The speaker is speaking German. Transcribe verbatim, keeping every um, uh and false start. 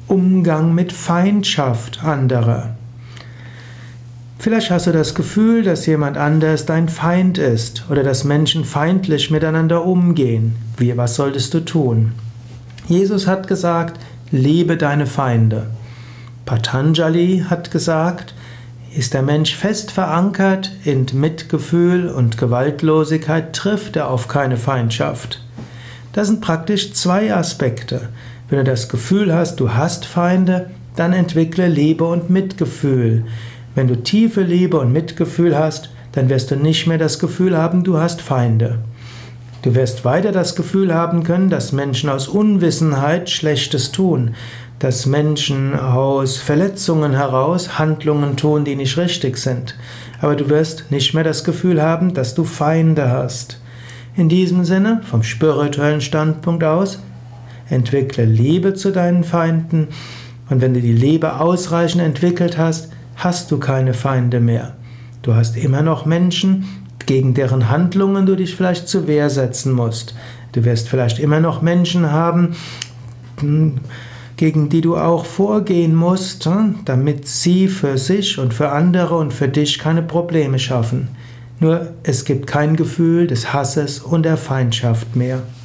Umgang mit Feindschaft anderer. Vielleicht hast du das Gefühl, dass jemand anders dein Feind ist oder dass Menschen feindlich miteinander umgehen. Wie, was solltest du tun? Jesus hat gesagt, liebe deine Feinde. Patanjali hat gesagt, ist der Mensch fest verankert in Mitgefühl und Gewaltlosigkeit, trifft er auf keine Feindschaft. Das sind praktisch zwei Aspekte. Wenn du das Gefühl hast, du hast Feinde, dann entwickle Liebe und Mitgefühl. Wenn du tiefe Liebe und Mitgefühl hast, dann wirst du nicht mehr das Gefühl haben, du hast Feinde. Du wirst weiter das Gefühl haben können, dass Menschen aus Unwissenheit Schlechtes tun, dass Menschen aus Verletzungen heraus Handlungen tun, die nicht richtig sind. Aber du wirst nicht mehr das Gefühl haben, dass du Feinde hast. In diesem Sinne, vom spirituellen Standpunkt aus, entwickle Liebe zu deinen Feinden, und wenn du die Liebe ausreichend entwickelt hast, hast du keine Feinde mehr. Du hast immer noch Menschen, gegen deren Handlungen du dich vielleicht zur Wehr setzen musst. Du wirst vielleicht immer noch Menschen haben, gegen die du auch vorgehen musst, damit sie für sich und für andere und für dich keine Probleme schaffen. Nur es gibt kein Gefühl des Hasses und der Feindschaft mehr.